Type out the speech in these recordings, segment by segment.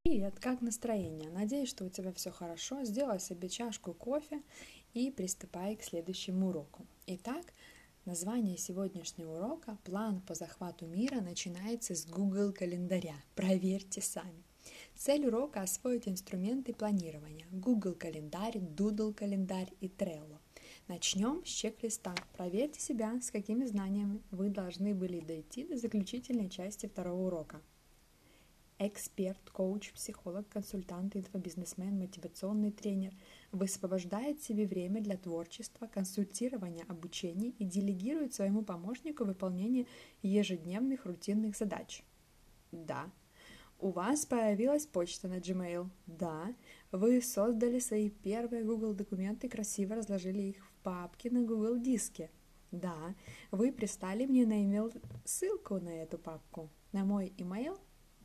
Привет, как настроение? Надеюсь, что у тебя все хорошо. Сделай себе чашку кофе и приступай к следующему уроку. Итак, название сегодняшнего урока «План по захвату мира» начинается с Google календаря. Проверьте сами. Цель урока – освоить инструменты планирования – Google календарь, Doodle календарь и Trello. Начнем с чек-листа. Проверьте себя, с какими знаниями вы должны были дойти до заключительной части второго урока. Эксперт, коуч, психолог, консультант, инфобизнесмен, мотивационный тренер высвобождает себе время для творчества, консультирования, обучения и делегирует своему помощнику выполнение ежедневных рутинных задач. Да. У вас появилась почта на Gmail? Да. Вы создали свои первые Google документы, красиво разложили их в папке на Google диске? Да. Вы прислали мне на email ссылку на эту папку? На мой email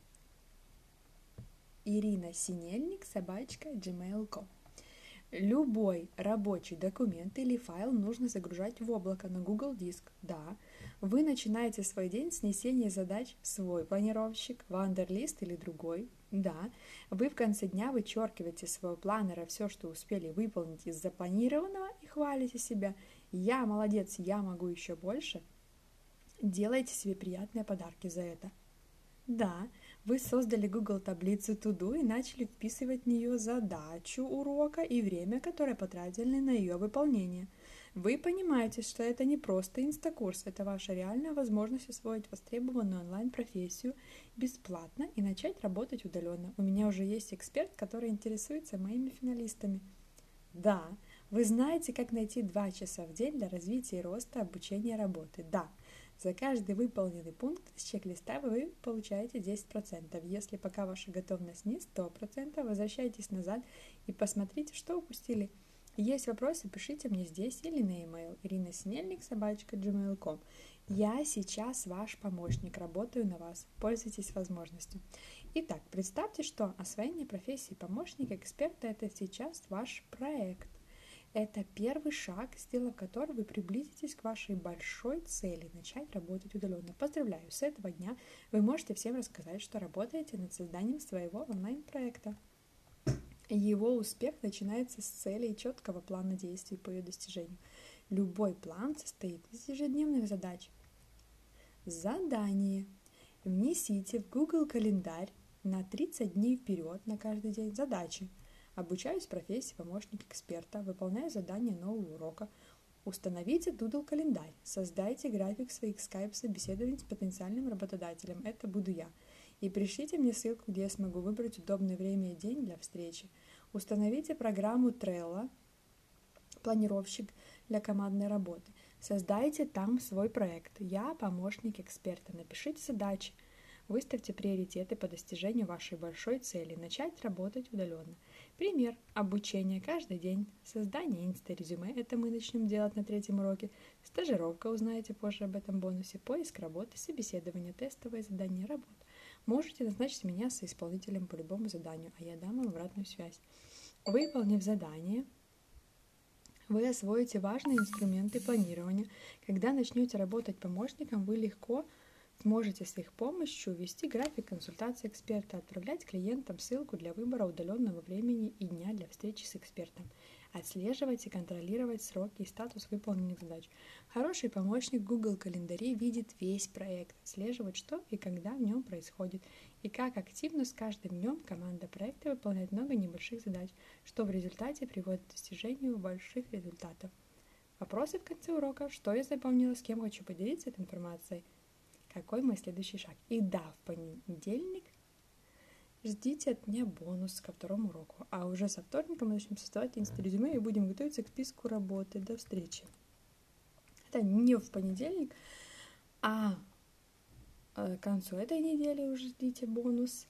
irina.sinelnik@gmail.com. Любой рабочий документ или файл нужно загружать в облако на Google Диск. Да. Вы начинаете свой день с внесения задач в свой планировщик, Wunderlist или другой. Да. Вы в конце дня вычеркиваете из своего планера все, что успели выполнить из запланированного и хвалите себя. Я молодец, я могу еще больше. Делайте себе приятные подарки за это. Да, вы создали Google таблицу To-Do и начали вписывать в нее задачу урока и время, которое потратили на ее выполнение. Вы понимаете, что это не просто инстакурс, это ваша реальная возможность освоить востребованную онлайн-профессию бесплатно и начать работать удаленно. У меня уже есть эксперт, который интересуется моими финалистами. Да, вы знаете, как найти 2 часа в день для развития и роста обучения работы. Да, за каждый выполненный пункт с чек-листа вы получаете 10%. Если пока ваша готовность не 100%, возвращайтесь назад и посмотрите, что упустили. Есть вопросы, пишите мне здесь или на e-mail irinasinelnik@gmail.com. Я сейчас ваш помощник, работаю на вас. Пользуйтесь возможностью. Итак, представьте, что освоение профессии помощника-эксперта – это сейчас ваш проект. Это первый шаг, сделав который вы приблизитесь к вашей большой цели – начать работать удаленно. Поздравляю, с этого дня вы можете всем рассказать, что работаете над созданием своего онлайн-проекта. Его успех начинается с цели и четкого плана действий по ее достижению. Любой план состоит из ежедневных задач. Задание. Внесите в Google календарь на 30 дней вперед на каждый день задачи. Обучаюсь профессии помощник эксперта, выполняю задания нового урока. Установите Doodle календарь, создайте график своих скайп-собеседований с потенциальным работодателем, это буду я, и пришлите мне ссылку, где я смогу выбрать удобное время и день для встречи. Установите программу Trello, планировщик для командной работы. Создайте там свой проект. Я помощник эксперта. Напишите задачи. Выставьте приоритеты по достижению вашей большой цели. Начать работать удаленно. Пример. Обучение каждый день. Создание инста-резюме. Это мы начнем делать на 3-м уроке. Стажировка. Узнаете позже об этом бонусе. Поиск работы, собеседование, тестовое задание, работа. Можете назначить меня соисполнителем по любому заданию, а я дам вам обратную связь. Выполнив задание, вы освоите важные инструменты планирования. Когда начнете работать помощником, вы легко сможете с их помощью вести график консультации эксперта, отправлять клиентам ссылку для выбора удаленного времени и дня для встречи с экспертом, отслеживать и контролировать сроки и статус выполненных задач. Хороший помощник Google календарей видит весь проект, отслеживает, что и когда в нем происходит, и как активно с каждым днем команда проекта выполняет много небольших задач, что в результате приводит к достижению больших результатов. Вопросы в конце урока. Что я запомнила, с кем хочу поделиться этой информацией? Какой мой следующий шаг? И да, в понедельник ждите от меня бонус ко второму уроку. А уже со вторника мы начнем создавать инста-резюме и будем готовиться к списку работы. До встречи. Это не в понедельник, а к концу этой недели уже ждите бонус.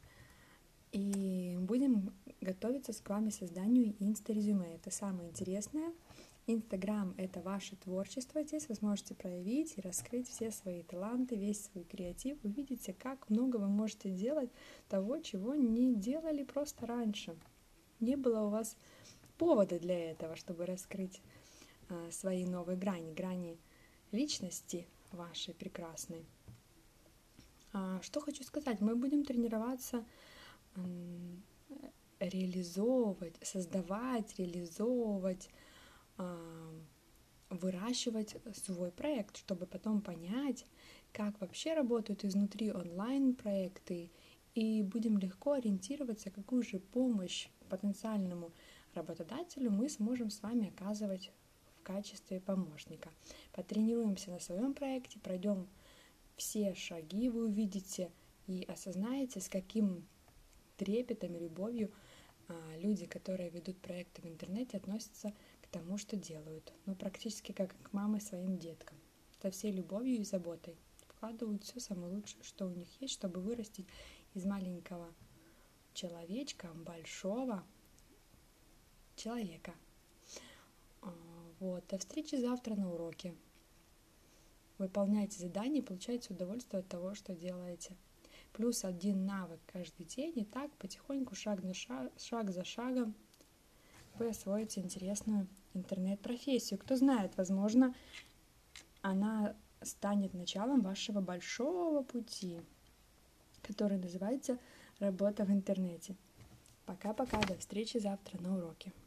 И будем готовиться к вами созданию инста-резюме. Это самое интересное. Инстаграм – это ваше творчество. Здесь вы сможете проявить и раскрыть все свои таланты, весь свой креатив. Увидите, как много вы можете делать того, чего не делали просто раньше. Не было у вас повода для этого, чтобы раскрыть свои новые грани личности вашей прекрасной. Что хочу сказать, мы будем тренироваться реализовывать, создавать, реализовывать, выращивать свой проект, чтобы потом понять, как вообще работают изнутри онлайн-проекты, и будем легко ориентироваться, какую же помощь потенциальному работодателю мы сможем с вами оказывать в качестве помощника. Потренируемся на своем проекте, пройдем все шаги, вы увидите и осознаете, с каким трепетом и любовью люди, которые ведут проекты в интернете, относятся к тому, что делают. Ну, практически как к мамы своим деткам. Со всей любовью и заботой вкладывают все самое лучшее, что у них есть, чтобы вырастить из маленького человечка большого человека. Вот. До встречи завтра на уроке. Выполняйте задания и получайте удовольствие от того, что делаете. Плюс 1 навык каждый день, и так потихоньку, шаг за шагом вы освоите интересную интернет-профессию. Кто знает, возможно, она станет началом вашего большого пути, который называется «Работа в интернете». Пока-пока, до встречи завтра на уроке.